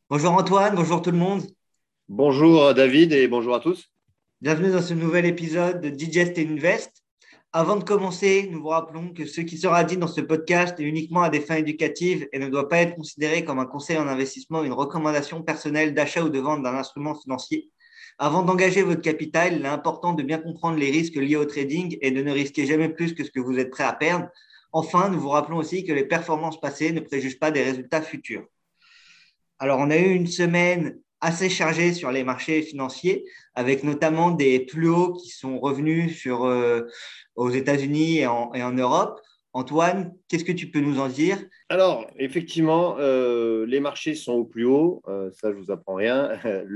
Bonjour Antoine, bonjour tout le monde. Bonjour David et bonjour à tous. Bienvenue dans ce nouvel épisode de Digest et Invest. Avant de commencer, nous vous rappelons que ce qui sera dit dans ce podcast est uniquement à des fins éducatives et ne doit pas être considéré comme un conseil en investissement ou une recommandation personnelle d'achat ou de vente d'un instrument financier. Avant d'engager votre capital, il est important de bien comprendre les risques liés au trading et de ne risquer jamais plus que ce que vous êtes prêt à perdre. Enfin, nous vous rappelons aussi que les performances passées ne préjugent pas des résultats futurs. Alors, on a eu une semaine assez chargée sur les marchés financiers, avec notamment des plus hauts qui sont revenus aux États-Unis et en Europe. Antoine, qu'est-ce que tu peux nous en dire? Alors, effectivement, les marchés sont au plus haut, ça je vous apprends rien.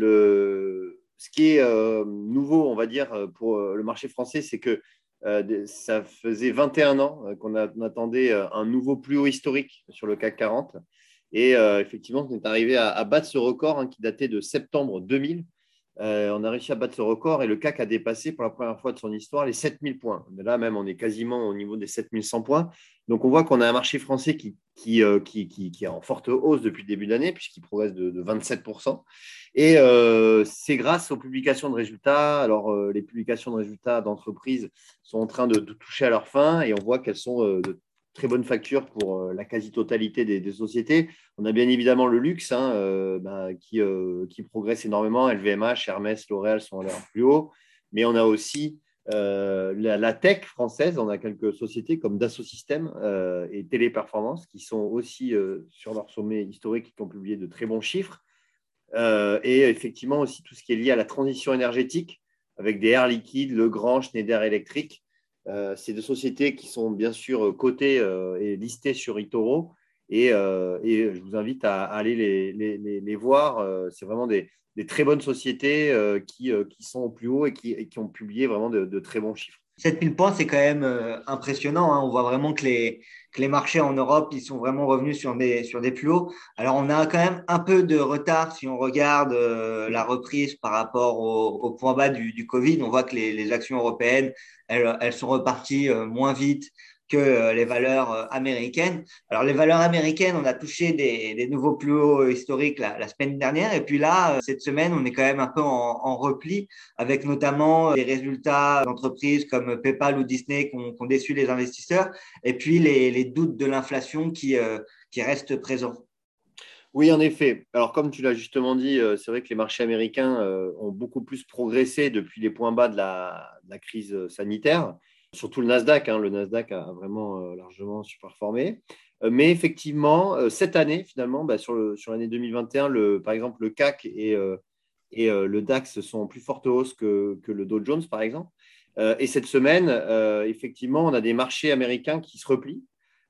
Ce qui est nouveau, on va dire, pour le marché français, c'est que ça faisait 21 ans on attendait un nouveau plus haut historique sur le CAC 40. Et effectivement, on est arrivé à battre ce record qui datait de septembre 2000. On a réussi à battre ce record et le CAC a dépassé pour la première fois de son histoire les 7000 points. Mais là même, on est quasiment au niveau des 7100 points. Donc, on voit qu'on a un marché français qui est en forte hausse depuis le début d'année, puisqu'il progresse de 27%. Et c'est grâce aux publications de résultats. Alors, les publications de résultats d'entreprises sont en train de toucher à leur fin et on voit qu'elles sont de très bonnes factures pour la quasi-totalité des sociétés. On a bien évidemment le luxe qui progresse énormément. LVMH, Hermès, L'Oréal sont à leur plus haut. Mais on a aussi la tech française. On a quelques sociétés comme Dassault Systèmes et Téléperformance qui sont aussi sur leur sommet historique et qui ont publié de très bons chiffres. Et effectivement aussi tout ce qui est lié à la transition énergétique avec des Air Liquide, Legrand, Schneider Electric. C'est des sociétés qui sont bien sûr cotées et listées sur eToro. Et je vous invite à aller les voir. C'est vraiment des très bonnes sociétés qui sont au plus haut et qui ont publié vraiment de très bons chiffres. 7000 points, c'est quand même impressionnant, hein. On voit vraiment que les marchés en Europe, ils sont vraiment revenus sur des plus hauts. Alors, on a quand même un peu de retard si on regarde la reprise par rapport au point bas du Covid. On voit que les actions européennes, elles sont reparties moins vite que les valeurs américaines. Alors, les valeurs américaines, on a touché des nouveaux plus hauts historiques la semaine dernière. Et puis là, cette semaine, on est quand même un peu en repli avec notamment des résultats d'entreprises comme PayPal ou Disney qui ont déçu les investisseurs, et puis les doutes de l'inflation qui restent présents. Oui, en effet. Alors, comme tu l'as justement dit, c'est vrai que les marchés américains ont beaucoup plus progressé depuis les points bas de la crise sanitaire, surtout le Nasdaq. Le Nasdaq a vraiment largement surperformé. Mais effectivement, cette année, finalement, sur l'année 2021, par exemple, le CAC et le DAX sont en plus forte hausse que le Dow Jones, par exemple. Et cette semaine, effectivement, on a des marchés américains qui se replient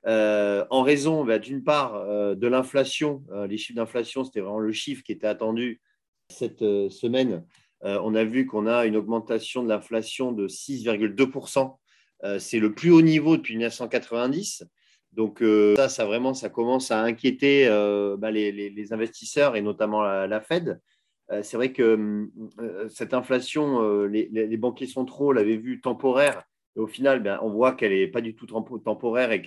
en raison, d'une part, de l'inflation. Les chiffres d'inflation, c'était vraiment le chiffre qui était attendu cette semaine. On a vu qu'on a une augmentation de l'inflation de 6,2%. C'est le plus haut niveau depuis 1990. Donc ça vraiment, ça commence à inquiéter les investisseurs et notamment la Fed. C'est vrai que cette inflation, les banquiers centraux l'avaient vue temporaire. Et au final, on voit qu'elle n'est pas du tout temporaire et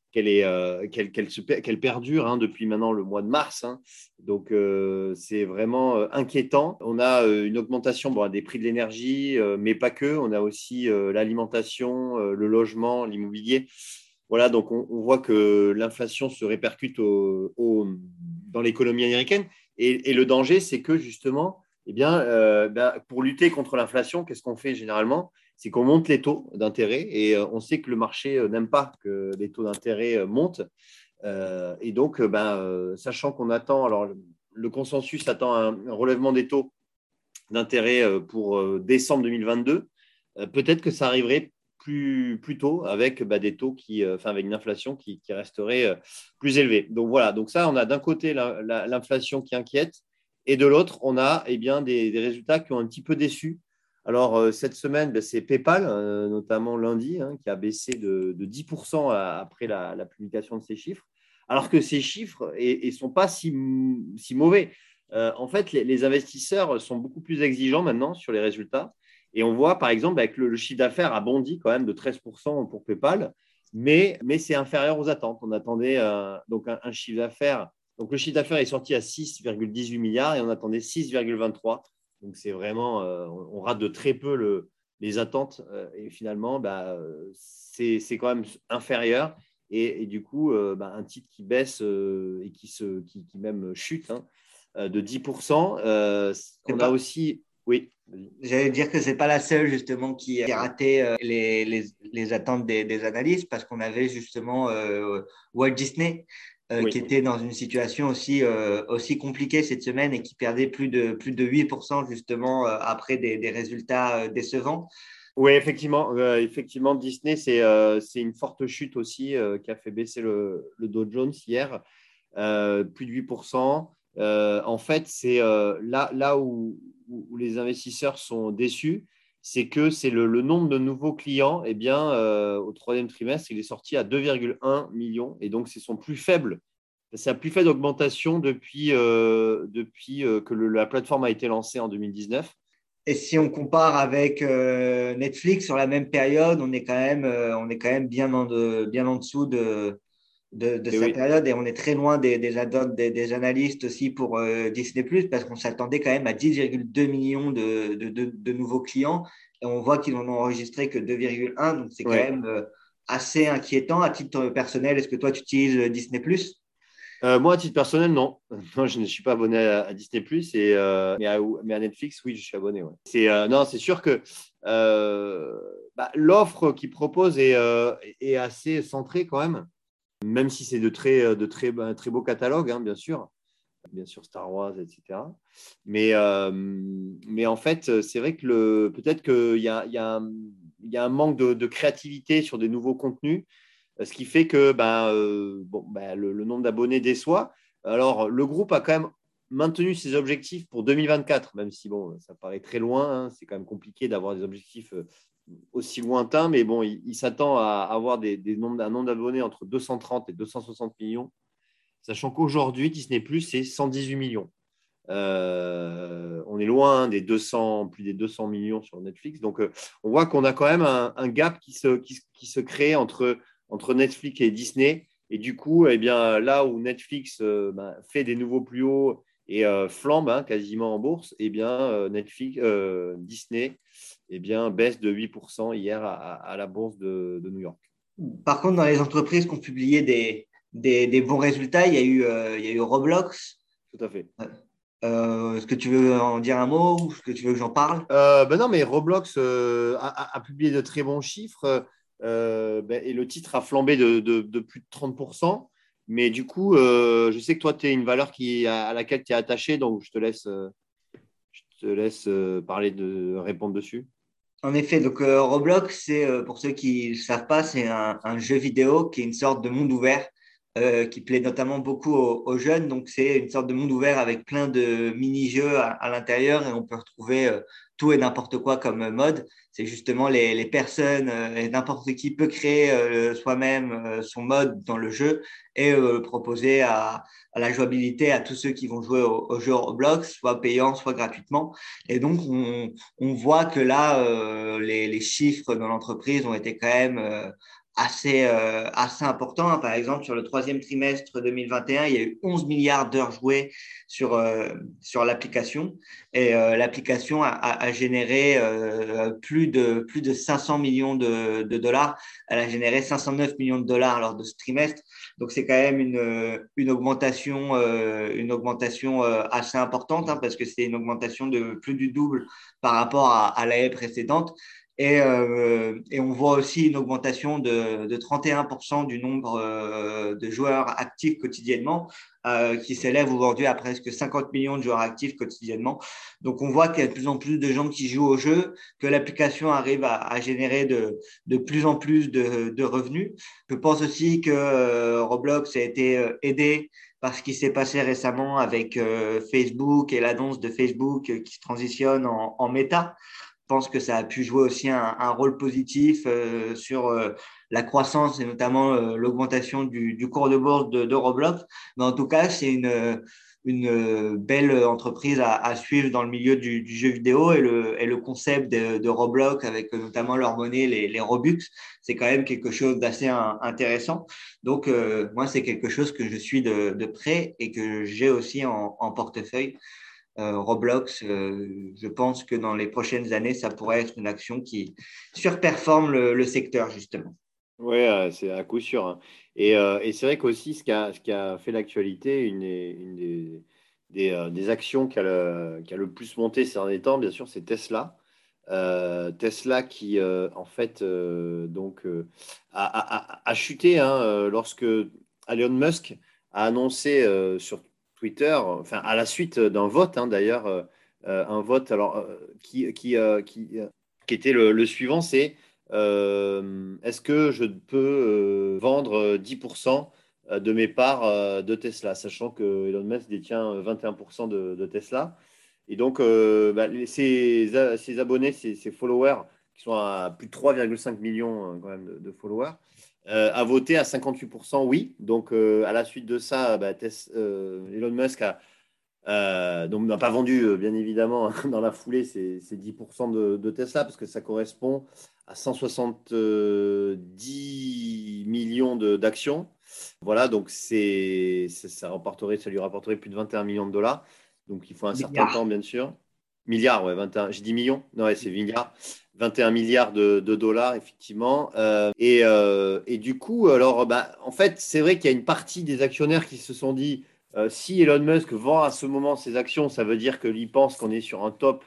qu'elle perdure depuis maintenant le mois de mars. Donc, c'est vraiment inquiétant. On a une augmentation des prix de l'énergie, mais pas que. On a aussi l'alimentation, le logement, l'immobilier. Voilà, donc on voit que l'inflation se répercute dans l'économie américaine. Et le danger, c'est que justement, pour lutter contre l'inflation, qu'est-ce qu'on fait généralement? C'est qu'on monte les taux d'intérêt et on sait que le marché n'aime pas que les taux d'intérêt montent. Et donc, sachant qu'on attend, alors le consensus attend un relèvement des taux d'intérêt pour décembre 2022, peut-être que ça arriverait plus tôt avec des taux avec une inflation qui resterait plus élevée. Donc voilà, donc ça, on a d'un côté l'inflation qui inquiète et de l'autre, on a des résultats qui ont un petit peu déçu. Alors, cette semaine, c'est PayPal, notamment lundi, qui a baissé de 10% après la publication de ces chiffres, alors que ces chiffres ne sont pas si mauvais. En fait, les investisseurs sont beaucoup plus exigeants maintenant sur les résultats. Et on voit, par exemple, avec le chiffre d'affaires a bondi quand même de 13% pour PayPal, mais c'est inférieur aux attentes. On attendait donc un chiffre d'affaires Donc, le chiffre d'affaires est sorti à 6,18 milliards et on attendait 6,23. Donc, c'est vraiment, on rate de très peu les attentes et finalement, c'est quand même inférieur. Et du coup, un titre qui baisse et qui même chute de 10%. On a Pas... aussi… Oui. J'allais dire que c'est pas la seule justement qui a raté les attentes des analystes parce qu'on avait justement Walt Disney qui Oui. était dans une situation aussi compliquée cette semaine et qui perdait plus de 8% justement après des résultats décevants. Oui, effectivement, Disney, c'est une forte chute aussi qui a fait baisser le Dow Jones hier, plus de 8%. En fait, c'est là où les investisseurs sont déçus, c'est que c'est le nombre de nouveaux clients, eh bien, au troisième trimestre, il est sorti à 2,1 millions et donc c'est son plus faible. C'est la plus faible augmentation depuis que la plateforme a été lancée en 2019. Et si on compare avec Netflix sur la même période, on est quand même bien en dessous de Et sa oui, période et on est très loin des analystes aussi pour Disney+, parce qu'on s'attendait quand même à 10,2 millions de nouveaux clients et on voit qu'ils n'en ont enregistré que 2,1, donc c'est quand ouais. même assez inquiétant. À titre personnel, est-ce que toi, tu utilises Disney+? Moi, à titre personnel, non. Non, je ne suis pas abonné à Disney+, mais à Netflix, oui, je suis abonné. Ouais. Non, c'est sûr que l'offre qu'ils proposent est assez centrée quand même si c'est très beaux catalogues, bien sûr. Bien sûr, Star Wars, etc. Mais en fait, c'est vrai que peut-être qu'il y a un manque de créativité sur des nouveaux contenus. Ce qui fait que le nombre d'abonnés déçoit. Alors, le groupe a quand même maintenu ses objectifs pour 2024, même si ça paraît très loin. C'est quand même compliqué d'avoir des objectifs aussi lointains, mais il s'attend à avoir un nombre d'abonnés entre 230 et 260 millions, sachant qu'aujourd'hui, Disney+, c'est 118 millions. On est loin plus des 200 millions sur Netflix. Donc, on voit qu'on a quand même un gap qui se crée entre Netflix et Disney. Et du coup, eh bien, là où Netflix fait des nouveaux plus hauts et flambe quasiment en bourse, eh bien, Disney baisse de 8% hier à la bourse de New York. Par contre, dans les entreprises qui ont publié des bons résultats, il y a eu Roblox. Tout à fait. Est-ce que tu veux en dire un mot ou est-ce que tu veux que j'en parle? Non, mais Roblox a publié de très bons chiffres et le titre a flambé de plus de 30%. Mais du coup, je sais que toi, tu es une valeur à laquelle tu es attaché, donc je te laisse répondre dessus. En effet, donc Roblox, c'est pour ceux qui ne savent pas, c'est un jeu vidéo qui est une sorte de monde ouvert qui plaît notamment beaucoup aux jeunes. Donc c'est une sorte de monde ouvert avec plein de mini-jeux à l'intérieur et on peut retrouver tout et n'importe quoi comme mode. C'est justement les personnes et n'importe qui peut créer soi-même son mode dans le jeu et le proposer à la jouabilité à tous ceux qui vont jouer au jeu Roblox, soit payant, soit gratuitement. Et donc on voit que là, les chiffres dans l'entreprise ont été quand même assez importants. Par exemple, sur le troisième trimestre 2021, il y a eu 11 milliards d'heures jouées sur l'application. Et l'application a généré plus de 500 millions de dollars. Elle a généré 509 millions de dollars lors de ce trimestre. Donc, c'est quand même une augmentation assez importante parce que c'est une augmentation de plus du double par rapport à l'année précédente. Et on voit aussi une augmentation de 31% du nombre de joueurs actifs quotidiennement, qui s'élève aujourd'hui à presque 50 millions de joueurs actifs quotidiennement. Donc, on voit qu'il y a de plus en plus de gens qui jouent au jeu, que l'application arrive à générer de plus en plus de revenus. Je pense aussi que Roblox a été aidé par ce qui s'est passé récemment avec Facebook et l'annonce de Facebook qui se transitionne en Meta. Je pense que ça a pu jouer aussi un rôle positif sur la croissance et notamment l'augmentation du cours de bourse de Roblox. Mais en tout cas, une belle entreprise à suivre dans le milieu du jeu vidéo et le concept de Roblox avec notamment leur monnaie, les Robux, c'est quand même quelque chose d'assez intéressant. Donc, moi, c'est quelque chose que je suis de près et que j'ai aussi en portefeuille. Roblox, je pense que dans les prochaines années, ça pourrait être une action qui surperforme le secteur, justement. Oui, c'est à coup sûr, hein. Et c'est vrai qu'aussi, ce qui a fait l'actualité, une des actions qui a le plus monté ces derniers temps, bien sûr, c'est Tesla. Tesla qui, en fait, a chuté, hein, lorsque Elon Musk a annoncé sur Twitter, enfin, à la suite d'un vote, hein, d'ailleurs, un vote alors, qui était le suivant, c'est est-ce que je peux vendre 10% de mes parts de Tesla, sachant que Elon Musk détient 21% de Tesla. Et donc, ses abonnés, ses followers, qui sont à plus de 3,5 millions quand même de followers, a voté à 58% oui. Donc, à la suite de ça, Elon Musk donc n'a pas vendu, bien évidemment, dans la foulée, ces 10% de Tesla, parce que ça correspond à 170 millions d'actions. Voilà, donc ça lui rapporterait plus de 21 millions de dollars. Donc il faut un certain temps, Milliards. bien sûr. Milliards, ouais, 21, j'ai dit millions? Non, ouais, c'est milliards. 21 milliards de dollars, effectivement. Et du coup, alors, en fait, c'est vrai qu'il y a une partie des actionnaires qui se sont dit si Elon Musk vend à ce moment ses actions, ça veut dire qu'il pense qu'on est sur un top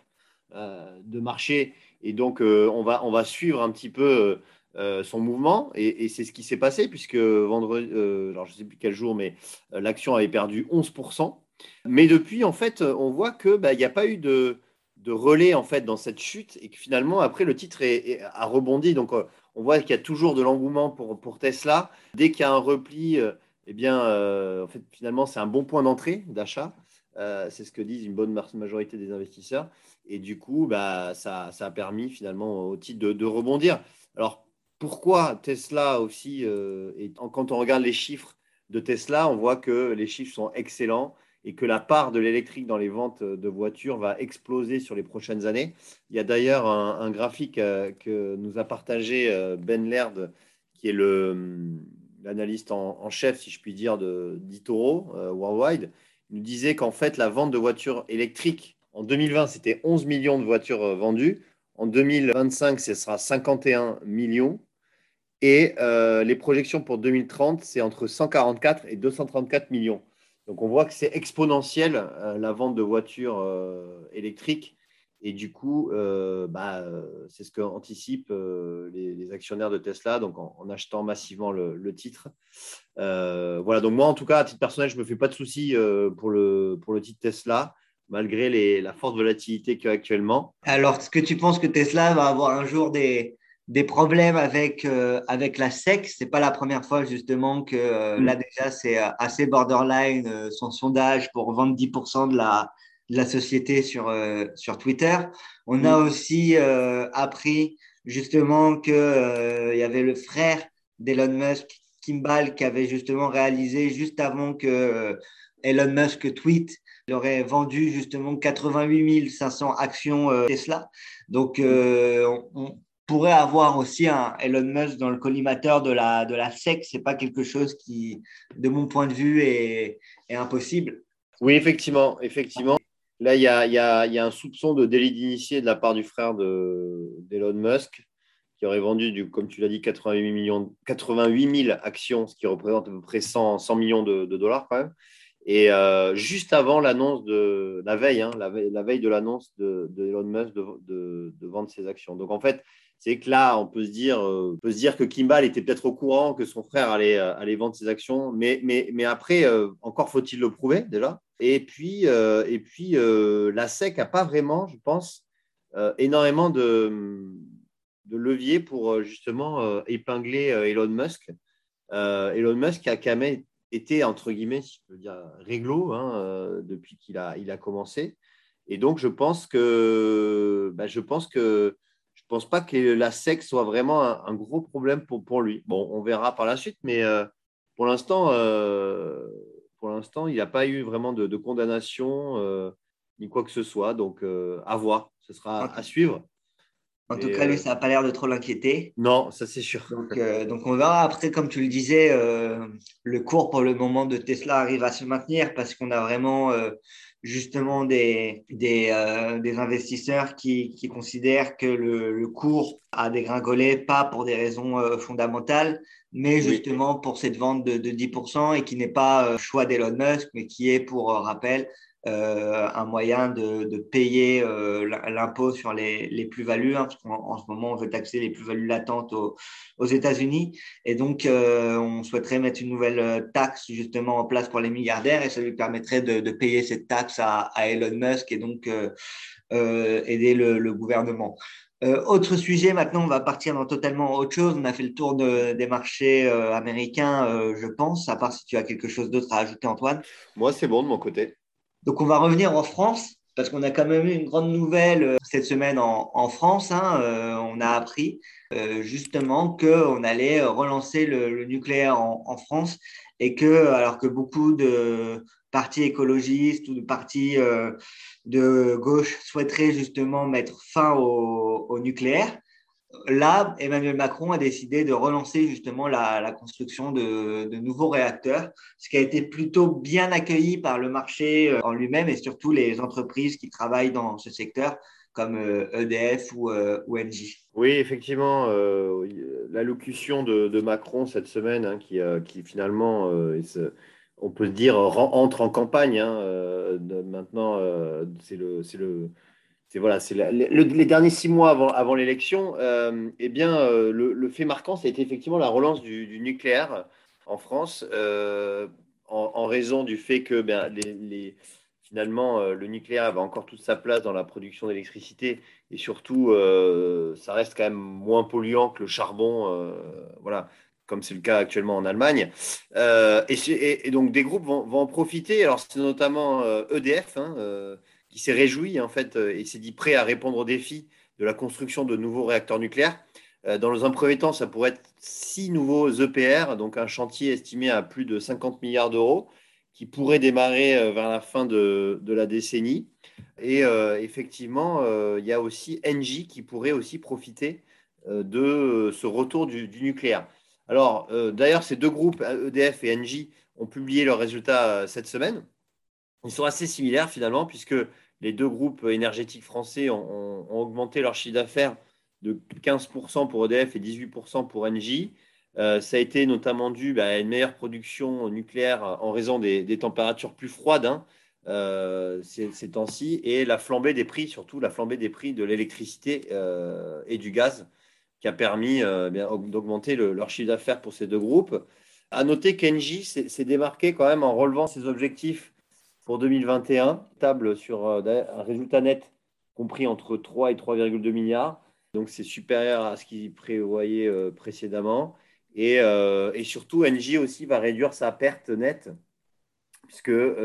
de marché et donc on va suivre un petit peu son mouvement et c'est ce qui s'est passé puisque vendredi, alors je ne sais plus quel jour, mais l'action avait perdu 11%. Mais depuis, en fait, on voit que il n'y a pas eu de relais en fait dans cette chute et que finalement après le titre a rebondi. Donc on voit qu'il y a toujours de l'engouement pour Tesla. Dès qu'il y a un repli, eh bien, en fait, finalement, c'est un bon point d'entrée d'achat. C'est ce que disent une bonne majorité des investisseurs. Et du coup, ça a permis finalement au titre de rebondir. Alors, pourquoi Tesla aussi quand on regarde les chiffres de Tesla, on voit que les chiffres sont excellents et que la part de l'électrique dans les ventes de voitures va exploser sur les prochaines années. Il y a d'ailleurs un graphique que nous a partagé Ben Laird, qui est l'analyste en chef, si je puis dire, d'Itoro Worldwide. Il nous disait qu'en fait, la vente de voitures électriques en 2020, c'était 11 millions de voitures vendues. En 2025, ce sera 51 millions. Et les projections pour 2030, c'est entre 144 et 234 millions. Donc on voit que c'est exponentiel la vente de voitures électriques. Et du coup, c'est ce qu'anticipent les actionnaires de Tesla, donc en achetant massivement le titre. Voilà, donc moi, en tout cas, à titre personnel, je ne me fais pas de soucis pour le titre Tesla, malgré la forte volatilité qu'il y a actuellement. Alors, est-ce que tu penses que Tesla va avoir un jour des problèmes avec la SEC? C'est pas la première fois justement que là déjà c'est assez borderline son sondage pour vendre 10% de la société sur Twitter. On a Mm. aussi appris justement que il y avait le frère d'Elon Musk, Kimball, qui avait justement réalisé juste avant que Elon Musk tweet. Il aurait vendu justement 88 500 actions Tesla. Donc, on pourrait avoir aussi un Elon Musk dans le collimateur de la SEC. Ce n'est pas quelque chose qui, de mon point de vue, est impossible. Oui, effectivement, effectivement. Là, il y a un soupçon de délit d'initié de la part du frère d'Elon Musk, qui aurait vendu, comme tu l'as dit, 88 000 actions, ce qui représente à peu près 100 millions de dollars quand même. Et juste avant l'annonce de la veille, hein, la veille de l'annonce de Elon Musk de vendre ses actions. Donc en fait, c'est que là, on peut se dire que Kimball était peut-être au courant que son frère allait vendre ses actions, mais après, encore faut-il le prouver déjà. La SEC n'a pas vraiment, je pense, énormément de levier pour justement épingler Elon Musk. Elon Musk a quand même été, entre guillemets, si je peux dire, réglo hein, depuis il a commencé. Et donc, je pense pas que la SEC soit vraiment un gros problème pour lui. Bon, on verra par la suite, mais pour l'instant, pour l'instant, il n'y a pas eu vraiment de condamnation ni quoi que ce soit. Donc, à voir. Ce En, sera à suivre. en tout Mais cas, lui, ça n'a pas l'air de trop l'inquiéter. non, ça c'est sûr. Donc, on verra. Après, comme tu le disais, le cours pour le moment de Tesla arrive à se maintenir parce qu'on a vraiment justement des investisseurs qui considèrent que le cours a dégringolé, pas pour des raisons fondamentales, mais Oui. justement pour cette vente de 10% et qui n'est pas choix d'Elon Musk, mais qui est, pour rappel, un moyen de payer l'impôt sur les plus-values, hein, parce qu'en ce moment, on veut taxer les plus-values latentes aux États-Unis. Et donc, on souhaiterait mettre une nouvelle taxe justement en place pour les milliardaires et ça lui permettrait de payer cette taxe à Elon Musk et donc aider le gouvernement. Autre sujet, maintenant, on va partir dans totalement autre chose. On a fait le tour des marchés américains, je pense, à part si tu as quelque chose d'autre à ajouter, Antoine. Moi, c'est bon de mon côté. Donc, on va revenir en France parce qu'on a quand même eu une grande nouvelle cette semaine en France, hein. On a appris justement qu'on allait relancer le nucléaire en France et que, alors que beaucoup de partis écologistes ou de partis de gauche souhaiteraient justement mettre fin au nucléaire, là, Emmanuel Macron a décidé de relancer justement la construction de nouveaux réacteurs, ce qui a été plutôt bien accueilli par le marché en lui-même et surtout les entreprises qui travaillent dans ce secteur comme EDF ou Engie. Oui, effectivement, l'allocution de Macron cette semaine, hein, qui finalement, on peut se dire, entre en campagne. Hein, maintenant, c'est les derniers 6 mois avant l'élection. Eh bien, le fait marquant, ça a été effectivement la relance du nucléaire en France, en raison du fait que ben, finalement, le nucléaire avait encore toute sa place dans la production d'électricité et surtout, ça reste quand même moins polluant que le charbon, voilà, comme c'est le cas actuellement en Allemagne. Et donc, des groupes vont en profiter. Alors, c'est notamment EDF, hein, qui s'est réjoui en fait et s'est dit prêt à répondre aux défis de la construction de nouveaux réacteurs nucléaires. Dans un premier temps, ça pourrait être 6 nouveaux EPR, donc un chantier estimé à plus de 50 milliards d'euros, qui pourrait démarrer vers la fin de la décennie. Et effectivement, il y a aussi Engie qui pourrait aussi profiter de ce retour du nucléaire. Alors, d'ailleurs, ces deux groupes, EDF et Engie, ont publié leurs résultats cette semaine. Ils sont assez similaires finalement, puisque les deux groupes énergétiques français ont augmenté leur chiffre d'affaires de 15% pour EDF et 18% pour Engie. Ça a été notamment dû à une meilleure production nucléaire en raison des températures plus froides, hein, ces temps-ci, et la flambée des prix, surtout la flambée des prix de l'électricité et du gaz, qui a permis d'augmenter leur chiffre d'affaires pour ces deux groupes. À noter qu'Engie s'est démarqué quand même en relevant ses objectifs pour 2021, table sur un résultat net compris entre 3 et 3,2 milliards. Donc, c'est supérieur à ce qu'ils prévoyaient précédemment. Et surtout, Engie aussi va réduire sa perte nette, puisque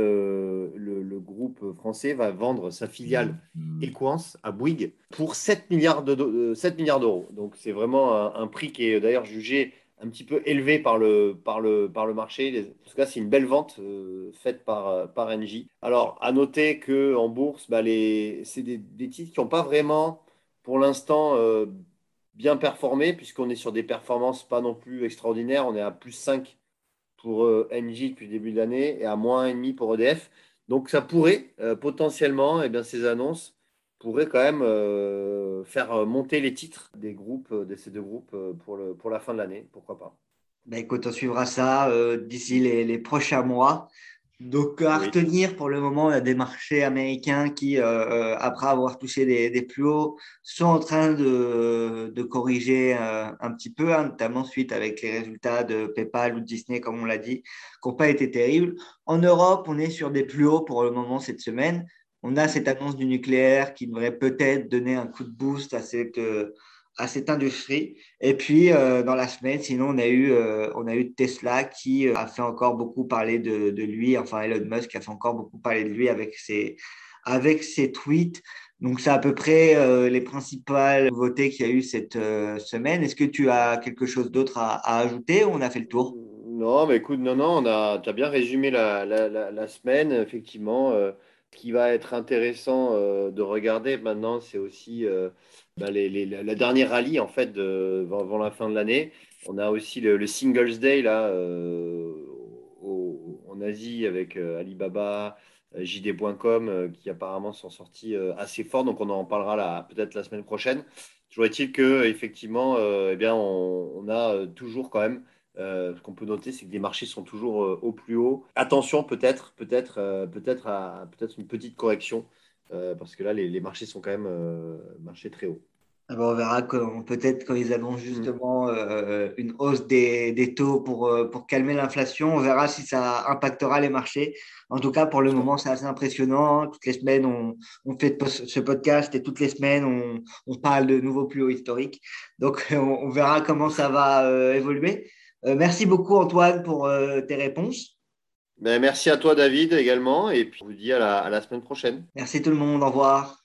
le groupe français va vendre sa filiale Equans à Bouygues pour 7 milliards 7 milliards d'euros. Donc, c'est vraiment un prix qui est d'ailleurs jugé un petit peu élevé par le marché. En tout cas, c'est une belle vente faite par Engie. Alors, à noter qu'en bourse, bah, c'est des titres qui n'ont pas vraiment, pour l'instant, bien performé, puisqu'on est sur des performances pas non plus extraordinaires. On est à plus 5 pour Engie depuis le début de l'année et à moins 1,5 pour EDF. Donc ça pourrait potentiellement, eh bien, ces annonces pourraient quand même faire monter les titres des groupes, de ces deux groupes pour la fin de l'année. Pourquoi pas? Ben, écoute, on suivra ça d'ici les prochains mois. Donc, à Oui. retenir pour le moment, il y a des marchés américains qui, après avoir touché des plus hauts, sont en train de corriger un petit peu, hein, notamment suite avec les résultats de PayPal ou de Disney, comme on l'a dit, qui n'ont pas été terribles. En Europe, on est sur des plus hauts pour le moment cette semaine. On a cette annonce du nucléaire qui devrait peut-être donner un coup de boost à cette industrie. Et puis, dans la semaine, sinon, on a eu Tesla qui a fait encore beaucoup parler de lui, enfin Elon Musk a fait encore beaucoup parler de lui avec ses tweets. Donc, c'est à peu près les principales nouveautés qu'il y a eu cette semaine. Est-ce que tu as quelque chose d'autre à ajouter ou on a fait le tour? Non, mais écoute, non, tu as bien résumé la semaine, effectivement. Ce qui va être intéressant de regarder maintenant, c'est aussi la dernière rallye, en fait, avant la fin de l'année. On a aussi le Singles Day, là, en Asie, avec Alibaba, JD.com, qui apparemment sont sortis assez forts. Donc, on en parlera là, peut-être la semaine prochaine. Toujours est-il que, effectivement, eh bien, on a toujours quand même ce qu'on peut noter, c'est que les marchés sont toujours au plus haut. Attention, peut-être une petite correction, parce que là, les marchés sont quand même marchés très hauts. Ah ben, on verra peut-être quand ils annoncent Mm. justement une hausse des taux pour calmer l'inflation, on verra si ça impactera les marchés. En tout cas, pour le moment, c'est assez impressionnant, hein. Toutes les semaines, on fait ce podcast et toutes les semaines, on parle de nouveaux plus hauts historiques. Donc, on verra comment ça va évoluer. Merci beaucoup, Antoine, pour tes réponses. Ben, merci à toi, David, également, et puis je vous dis à la semaine prochaine. Merci tout le monde. Au revoir.